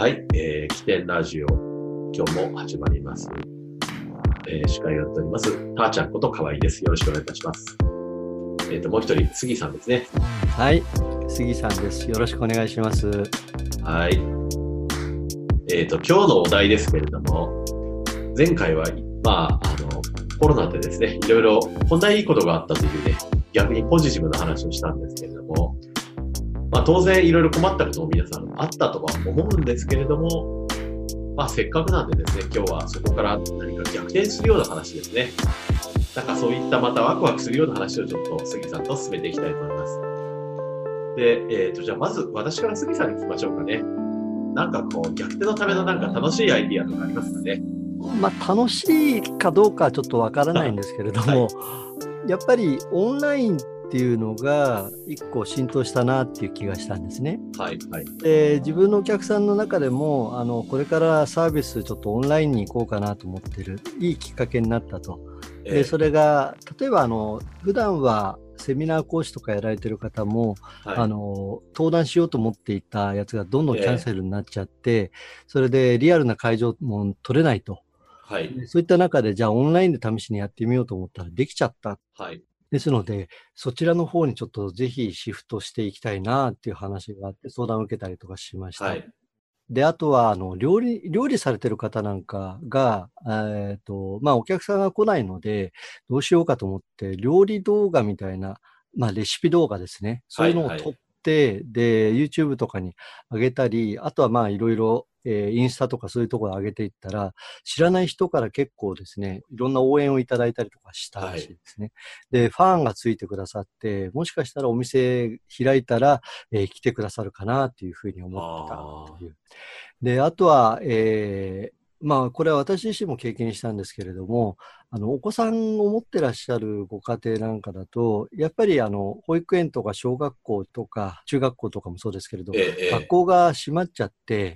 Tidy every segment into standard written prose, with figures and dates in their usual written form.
はい、起点ラジオ、今日も始まります。司会をやっております、たーちゃんこと河合です。よろしくお願いいたします。もう一人、杉さんですね。 はい、杉さんです。よろしくお願いします。 はい。今日のお題ですけれども、前回は、コロナでですね、いろいろこんないいことがあったというね、逆にポジティブな話をしたんですけれども、当然いろいろ困ったことも皆さんあったとは思うんですけれども、せっかくなんでですね、今日はそこから何か逆転するような話ですね。なんかそういったまたワクワクするような話をちょっと杉さんと進めていきたいと思います。で、じゃあまず私から杉さんに聞きましょうかね。なんかこう逆転のためのなんか楽しいアイディアとかありますかね。 楽しいかどうかはちょっとわからないんですけれども、やっぱりオンラインっていうのが一個浸透したなっていう気がしたんですね。 はいはい。 で、自分のお客さんの中でもこれからサービスちょっとオンラインに行こうかなと思ってる、いいきっかけになったと。でそれが例えば普段はセミナー講師とかやられてる方も、登壇しようと思っていたやつがどんどんキャンセルになっちゃって、それでリアルな会場も取れないと。そういった中でじゃあオンラインで試しにやってみようと思ったらできちゃった。ですのでそちらの方にちょっとぜひシフトしていきたいなっていう話があって相談を受けたりとかしました。で、あとは料理されてる方なんかが、お客さんが来ないのでどうしようかと思って料理動画みたいな、レシピ動画ですね、そういうのを撮って、で YouTube とかに上げたり、あとはいろいろインスタとかそういうところに上げていったら、知らない人から結構ですね、いろんな応援をいただいたりとかしたらしいですね。で、ファンがついてくださって、もしかしたらお店開いたら、来てくださるかなっていうふうに思ってたという。で、あとは、これは私自身も経験したんですけれども、お子さんを持ってらっしゃるご家庭なんかだと、やっぱり保育園とか小学校とか中学校とかもそうですけれど、学校が閉まっちゃって、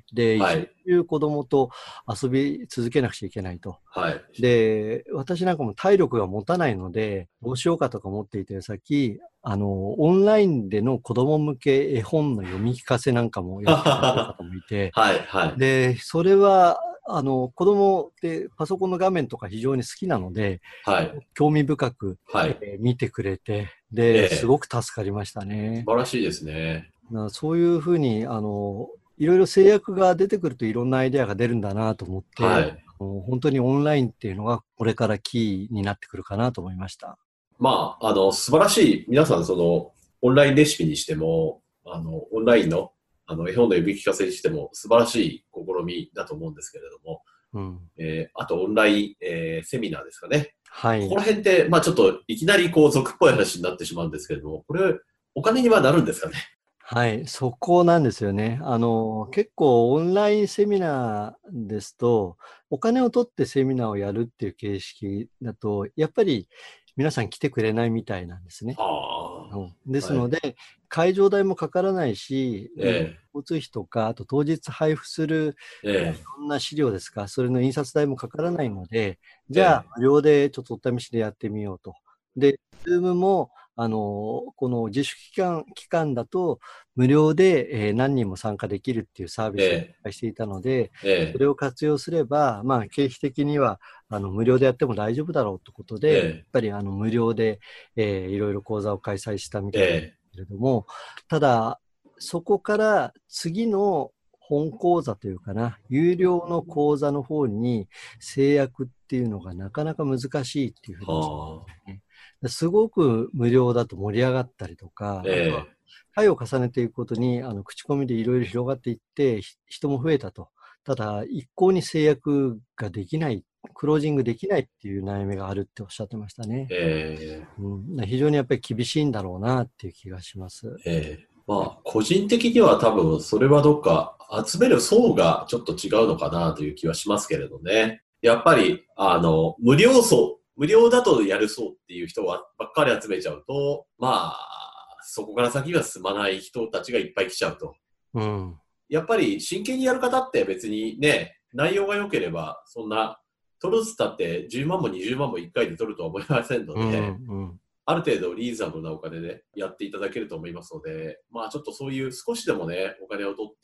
で、一日中子供と遊び続けなくちゃいけないと。で、私なんかも体力が持たないので、どうしようかとか思っていて、さっき、オンラインでの子供向け絵本の読み聞かせなんかもやってくれる方もいて、で、それは、子供ってパソコンの画面とか非常に好きなので、興味深く、見てくれて、で、すごく助かりましたね。 素晴らしいですね。 そういうふうに、いろいろ制約が出てくるといろんなアイデアが出るんだなと思って、本当にオンラインっていうのがこれからキーになってくるかなと思いました。 素晴らしい、皆さんオンラインレシピにしても、オンラインの絵本の読み聞かせにしても素晴らしい試みだと思うんですけれども、あとオンライン、セミナーですかね。ここら辺って、ちょっといきなり俗っぽい話になってしまうんですけれども、これお金にはなるんですかね。 はい、そこなんですよね。結構オンラインセミナーですと、お金を取ってセミナーをやるっていう形式だと、やっぱり皆さん来てくれないみたいなんですね。ですので、会場代もかからないし、交通費とか、あと当日配布するいろんな資料ですか、それの印刷代もかからないので、じゃあ無料でちょっとお試しでやってみようと。で、Zoom もこの自粛期間だと無料で、何人も参加できるっていうサービスを展開していたので、それを活用すれば、経費的には無料でやっても大丈夫だろうということで、やっぱり無料で、いろいろ講座を開催したみたいですけれども、ただそこから次の本講座というかな、有料の講座の方に制約っていうのがなかなか難しいっていうふうにおっしゃってますね。すごく無料だと盛り上がったりとか、あとは回を重ねていくことに口コミでいろいろ広がっていって人も増えたと。ただ一向に制約ができない、クロージングできないっていう悩みがあるっておっしゃってましたね。非常にやっぱり厳しいんだろうなっていう気がします。 個人的には多分それはどっか集める層がちょっと違うのかなという気はしますけれどね。やっぱり無料だとやる層っていう人ばっかり集めちゃうと、そこから先が進まない人たちがいっぱい来ちゃうと。やっぱり真剣にやる方って別にね、内容が良ければそんな取るつったって10万も20万も1回で取るとは思いませんので、ある程度リーズナブルなお金でやっていただけると思いますので、ちょっとそういう少しでもね、お金を取って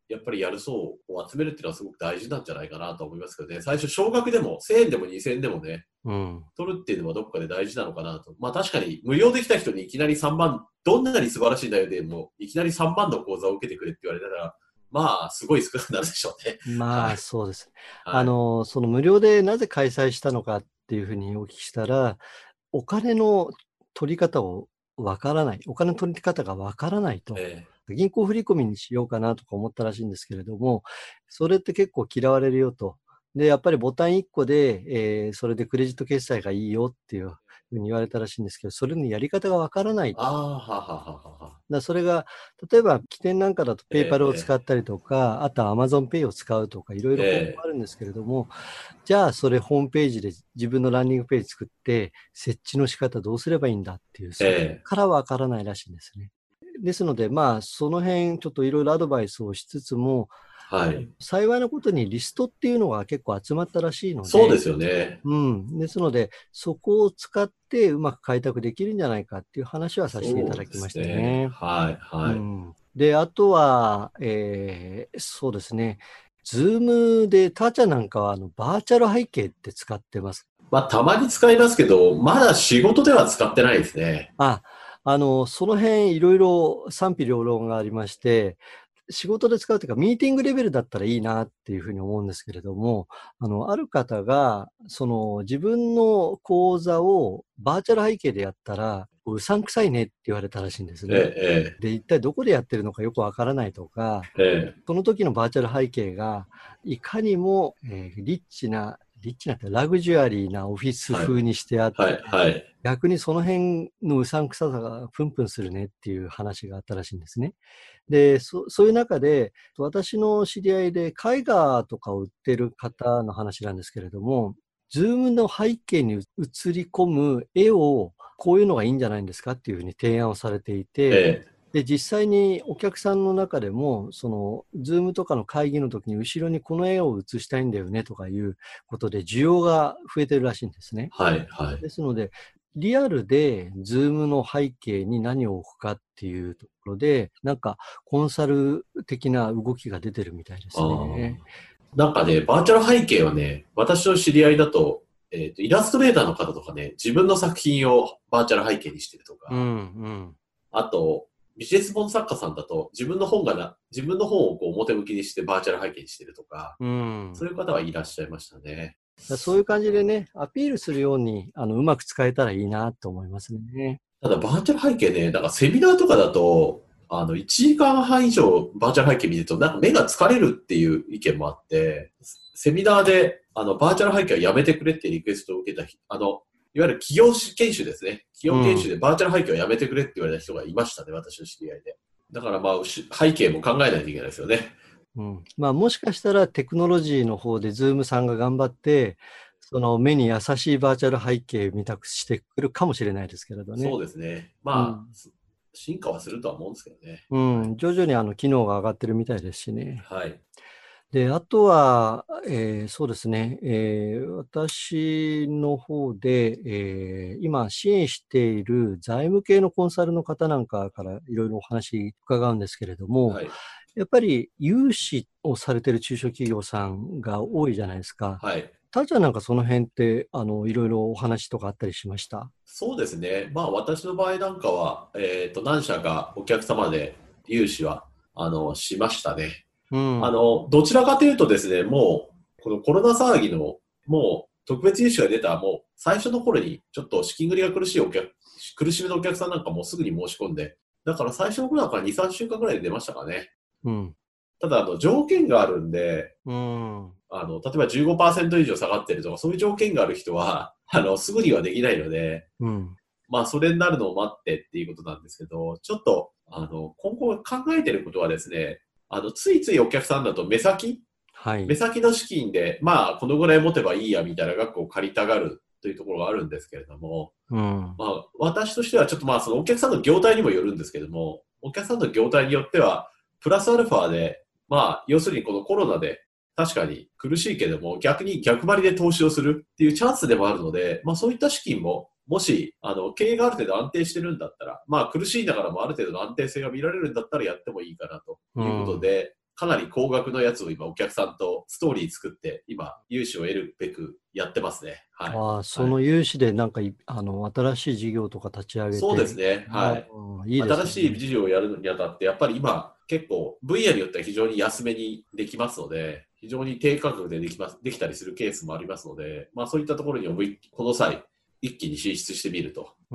やっぱりやる層を集めるっていうのはすごく大事なんじゃないかなと思いますけどね。最初、少額でも1000円でも2000円でもね、取るっていうのはどこかで大事なのかなと。まあ確かに無料で来た人にいきなり3万、どんなに素晴らしい内容でもいきなり3万の講座を受けてくれって言われたら、まあすごい少なくなるでしょうね。 まあそうです。 はい、 その無料でなぜ開催したのかっていうふうにお聞きしたら、お金の取り方をわからない。お金の取り方がわからないと。銀行振込にしようかなとか思ったらしいんですけれども、それって結構嫌われるよと。で、やっぱりボタン1個で、それでクレジット決済がいいよっていうふうに言われたらしいんですけど、それのやり方がわからない。それが、例えば起点なんかだとペイパルを使ったりとか、あとは Amazon Pay を使うとか、いろいろ方法あるんですけれども、じゃあそれホームページで自分のランディングページ作って、設置の仕方どうすればいいんだっていう、それからわからないらしいんですね。ですので、まあ、その辺、ちょっといろいろアドバイスをしつつも、幸いなことにリストっていうのが結構集まったらしいので。 そうですよね。 ですので、そこを使ってうまく開拓できるんじゃないかっていう話はさせていただきましたね。で、あとは、そうですね。ズームで、ターチャなんかはバーチャル背景って使ってます。 まあ、たまに使いますけど、まだ仕事では使ってないですね。 その辺いろいろ賛否両論がありまして、仕事で使うというか、ミーティングレベルだったらいいなっていうふうに思うんですけれども、ある方が、自分の講座をバーチャル背景でやったら、うさんくさいねって言われたらしいんですね。で、一体どこでやってるのかよくわからないとか、その時のバーチャル背景が、いかにも、リッチなってラグジュアリーなオフィス風にしてあって、逆にその辺のうさんくささがプンプンするねっていう話があったらしいんですね。で、そういう中で、私の知り合いで絵画とかを売ってる方の話なんですけれども、ズームの背景に映り込む絵をこういうのがいいんじゃないんですかっていうふうに提案をされていて、で、実際にお客さんの中でも、ズームとかの会議の時に後ろにこの絵を映したいんだよねとかいうことで需要が増えてるらしいんですね。ですので、リアルでズームの背景に何を置くかっていうところで、なんかコンサル的な動きが出てるみたいですね。 なんかね、バーチャル背景はね、私の知り合いだと、イラストレーターの方とかね、自分の作品をバーチャル背景にしてるとか、あと、ビジネス本作家さんだと自分の本をこう表向きにしてバーチャル背景にしてるとか、そういう方はいらっしゃいましたね。 そういう感じでね、アピールするようにうまく使えたらいいなと思いますね。 ただバーチャル背景ね、なんかセミナーとかだと、1時間半以上バーチャル背景見るとなんか目が疲れるっていう意見もあって、セミナーでバーチャル背景はやめてくれってリクエストを受けたいわゆる企業研修ですね。企業研修でバーチャル背景をやめてくれって言われた人がいましたね、私の知り合いで。だからまあ、背景も考えないといけないですよね。 まあ、もしかしたらテクノロジーの方でズームさんが頑張って、その目に優しいバーチャル背景見たくしてくるかもしれないですけれどね。 そうですね。まあ、進化はするとは思うんですけどね。 徐々に機能が上がってるみたいですしね。 はい。 で、あとは、そうですね、私の方で、今支援している財務系のコンサルの方なんかからいろいろお話伺うんですけれども、やっぱり融資をされている中小企業さんが多いじゃないですか。ターちゃんなんかその辺っていろいろお話とかあったりしました？ そうですね。まあ私の場合なんかは、何社かお客様で融資はしましたね。どちらかというとですね、もう、このコロナ騒ぎの、もう、特別融資が出た、もう、最初の頃に、ちょっと資金繰りが苦しめのお客さんなんかもうすぐに申し込んで、だから最初の頃だから2、3週間ぐらいで出ましたかね。ただ、条件があるんで、例えば 15% 以上下がってるとか、そういう条件がある人は、すぐにはできないので、まあ、それになるのを待ってっていうことなんですけど、ちょっと、今後考えてることはですね、ついついお客さんだと目先の資金で、まあ、このぐらい持てばいいやみたいな額を借りたがるというところがあるんですけれども、まあ、私としてはちょっとまあ、そのお客さんの業態にもよるんですけども、お客さんの業態によっては、プラスアルファで、まあ、要するにこのコロナで確かに苦しいけども、逆に逆張りで投資をするっていうチャンスでもあるので、まあ、そういった資金も、もし、経営がある程度安定してるんだったら、まあ苦しいながらもある程度の安定性が見られるんだったらやってもいいかなということで、 かなり高額のやつを今お客さんとストーリー作って、今、融資を得るべくやってますね。はい。 その融資でなんか新しい事業とか立ち上げそうですて、 ね。はい。 いいです新しいね。 事業をやるのにあたって、やっぱり今、結構分野によっては非常に安めにできますので、非常に低価格でできたりするケースもありますので、まあそういったところにこの際、一気に進出してみると。 うん。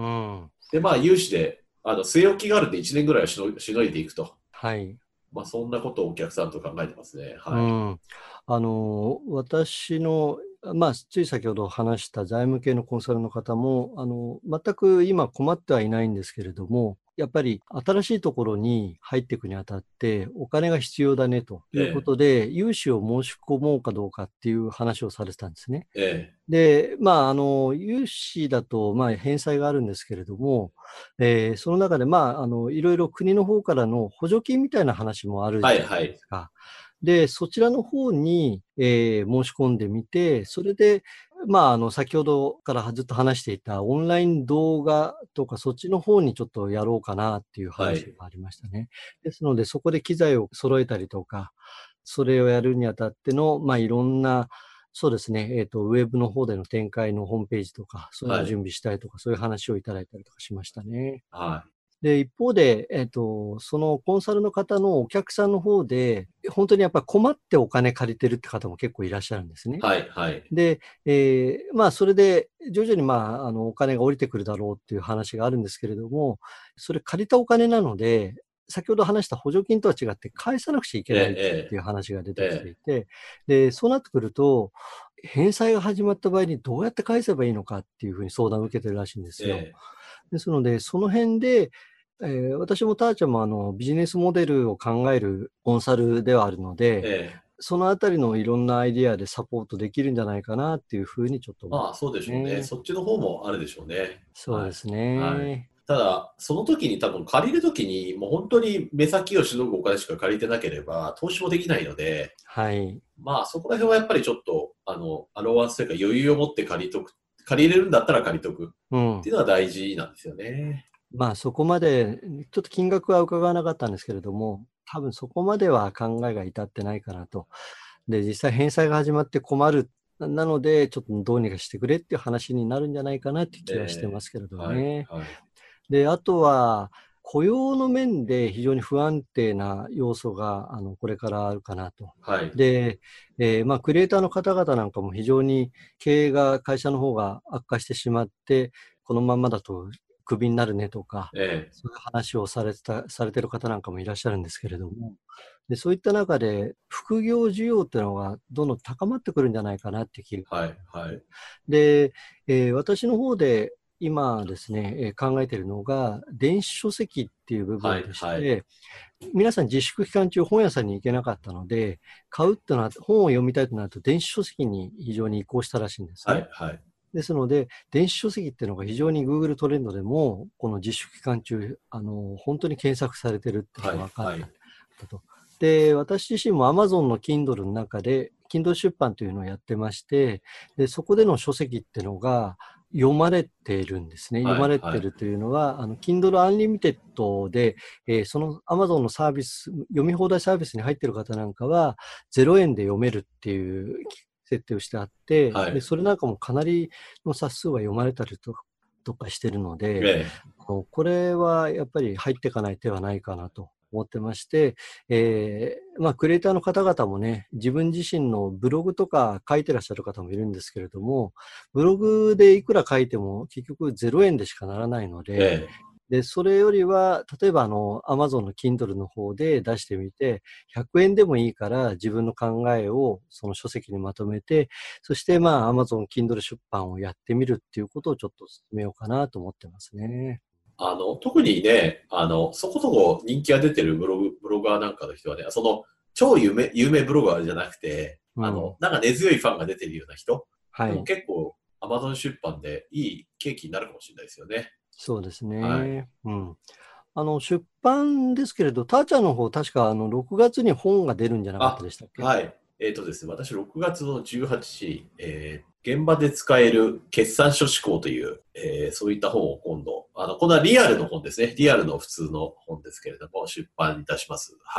で、まあ融資で、据え置きがあるんで1年ぐらいはしのいでいくと。 はい。 まあそんなことをお客さんと考えてますね。はい。 うん。私の、まあ、つい先ほど話した財務系のコンサルの方も、全く今困ってはいないんですけれども、やっぱり新しいところに入っていくにあたってお金が必要だねというこえとで、融資を申し込もうかどうかっていう話をされてたんですね。 え、えで、まあ、融資だと、まあ、返済があるんですけれども、その中で、まあ、いろいろ国の方からの補助金みたいな話もあるじゃなはいはい。 いですか。で、そちらの方に、申し込んでみて、それで、まあ、先ほどからずっと話していたオンライン動画とか、そっちの方にちょっとやろうかなっていうはい。 話がありましたね。ですので、そこで機材を揃えたりとか、それをやるにあたっての、まあ、いろんな、そうですね、ウェブの方での展開のホームページとか、そういうのをはい。 準備したりとか、そういう話をいただいたりとかしましたね。 はで、一方で、そのコンサルの方のお客さんの方で、本当にやっぱり困ってお金借りてるって方も結構いらっしゃるんですね。 い。はい。はい。 で、まあ、それで徐々に、まあ、お金が降りてくるだろうっていう話があるんですけれども、それ借りたお金なので、先ほど話した補助金とは違って返さなくちゃいけえないっていうえ、 話が出ええ、 てきていえて、で、そうなってくると、返済が始まった場合にどうやって返せばいいのかっていうふうに相談を受けてるらしいんですよ。 え、 ですので、その辺で、私もたーちゃんもビジネスモデルを考えるコンサルではあるので、 ええ。 そのあたりのいろんなアイディアでサポートできるんじゃないかなっていうふうにちょっと思ってまあ、そうでしょうね。 ね。 そっちの方もあるでしょうね。はい。 そうですはい。 ね。 ただ、その時に多分借りる時に、もう本当に目先をしのぐお金しか借りてなければ、投資もできないので、 はい。 まあ、そこら辺はやっぱりちょっと、アローワンスというか余裕を持って借りれるんだったら借りとくうん。 っていうのは大事なんですよね。 まあそこまで、ちょっと金額は伺わなかったんですけれども、多分そこまでは考えが至ってないかなと。で、実際返済が始まって困る。なので、ちょっとどうにかしてくれっていう話になるんじゃないかなっていう気はしてますけれどはい、 ね。 はい。 で、あとは、雇用の面で非常に不安定な要素が、これからあるかなと。 はい。 で、まあ、クリエイターの方々なんかも非常に経営が、会社の方が悪化してしまって、このままだとクビになるねとか、 えそういう話をされてる方なんかもいらっしゃるんですけれども、で、そういった中で、副業需要っていうのがどんどん高まってくるんじゃないかなっていう気が。 はい、はい。 で、私の方で今ですね、考えているのが、電子書籍っていう部はい、 分でしはい。 て、皆さん自粛期間中本屋さんに行けなかったので、買うってのは、本を読みたいとなると電子書籍に非常に移行したらしいんですね。 はい、はい。 ですので、電子書籍っていうのが非常に Google トレンドでも、この自粛期間中、本当に検索されてるっていうはい、 のが分かっはい。 たと。で、私自身も Amazon の Kindle の中で、Kindle 出版というのをやってまして、で、そこでの書籍っていうのが読まれているんですね。読はい、 まれはい。 ているというのは、Kindle Unlimited で、その Amazon のサービス、読み放題サービスに入っている方なんかは、0円で読めるっていう設定をしてあって、で、 はい。 それなんかもかなりの冊数は読まれたりとかしてるので、 えこれはやっぱり入っていかない手はないかなと思ってまして、まあ、クリエイターの方々もね、自分自身のブログとか書いてらっしゃる方もいるんですけれども、ブログでいくら書いても結局0円でしかならないので、 え、 で、それよりは、例えばAmazon の Kindle の方で出してみて、100円でもいいから自分の考えをその書籍にまとめて、そしてまあ Amazon Kindle 出版をやってみるっていうことをちょっと進めようかなと思ってますね。 特にね、そこそこ人気が出てるブロガーなんかの人はね、超有名ブロガーじゃなくて、 うん。 なんか根強いファンが出てるような人でもはい。 結構、Amazon 出版でいい契機になるかもしれないですよね。 そうですはい。 ね。うん。出版ですけれど、たーちゃんの方、確か6月に本が出るんじゃなかったあ、 でしたっけ？ はい。ですね、私6月の18日、現場で使える決算書思考という、そういった本を今度、これはリアルの本ですね。リアルの普通の本ですけれども、出版いたします。はい。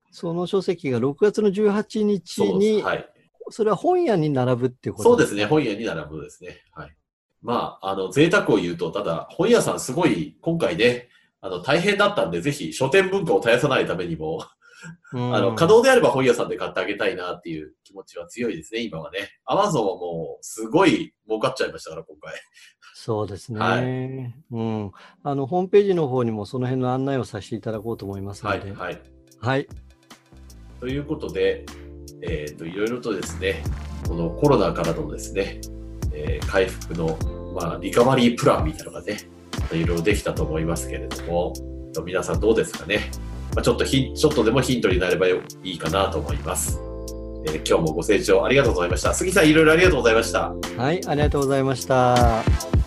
その書籍が6月の18日に、 はい、 それは本屋に並ぶっていうことそうですね、本屋に並ぶですね。はい。まあ、贅沢を言うと、ただ、本屋さんすごい、今回ね、大変だったんで、ぜひ書店文化を絶やさないためにも、可能であれば本屋さんで買ってあげたいなっていう気持ちは強いですね、今はね。アマゾンはもう、すごい儲かっちゃいましたから、今回。 そうですね。 はい。 ホームページの方にもその辺の案内をさせていただこうと思いますので。 はい、はい。 はい。 ということで、いろいろとですね、このコロナからのですね、回復の、まあ、リカバリープランみたいなのがね、いろいろできたと思いますけれども、皆さんどうですかね。まあ、ちょっとでもヒントになればいいかなと思います。今日もご清聴ありがとうございました。杉さん、いろいろありがとうございました。 はい、ありがとうございました。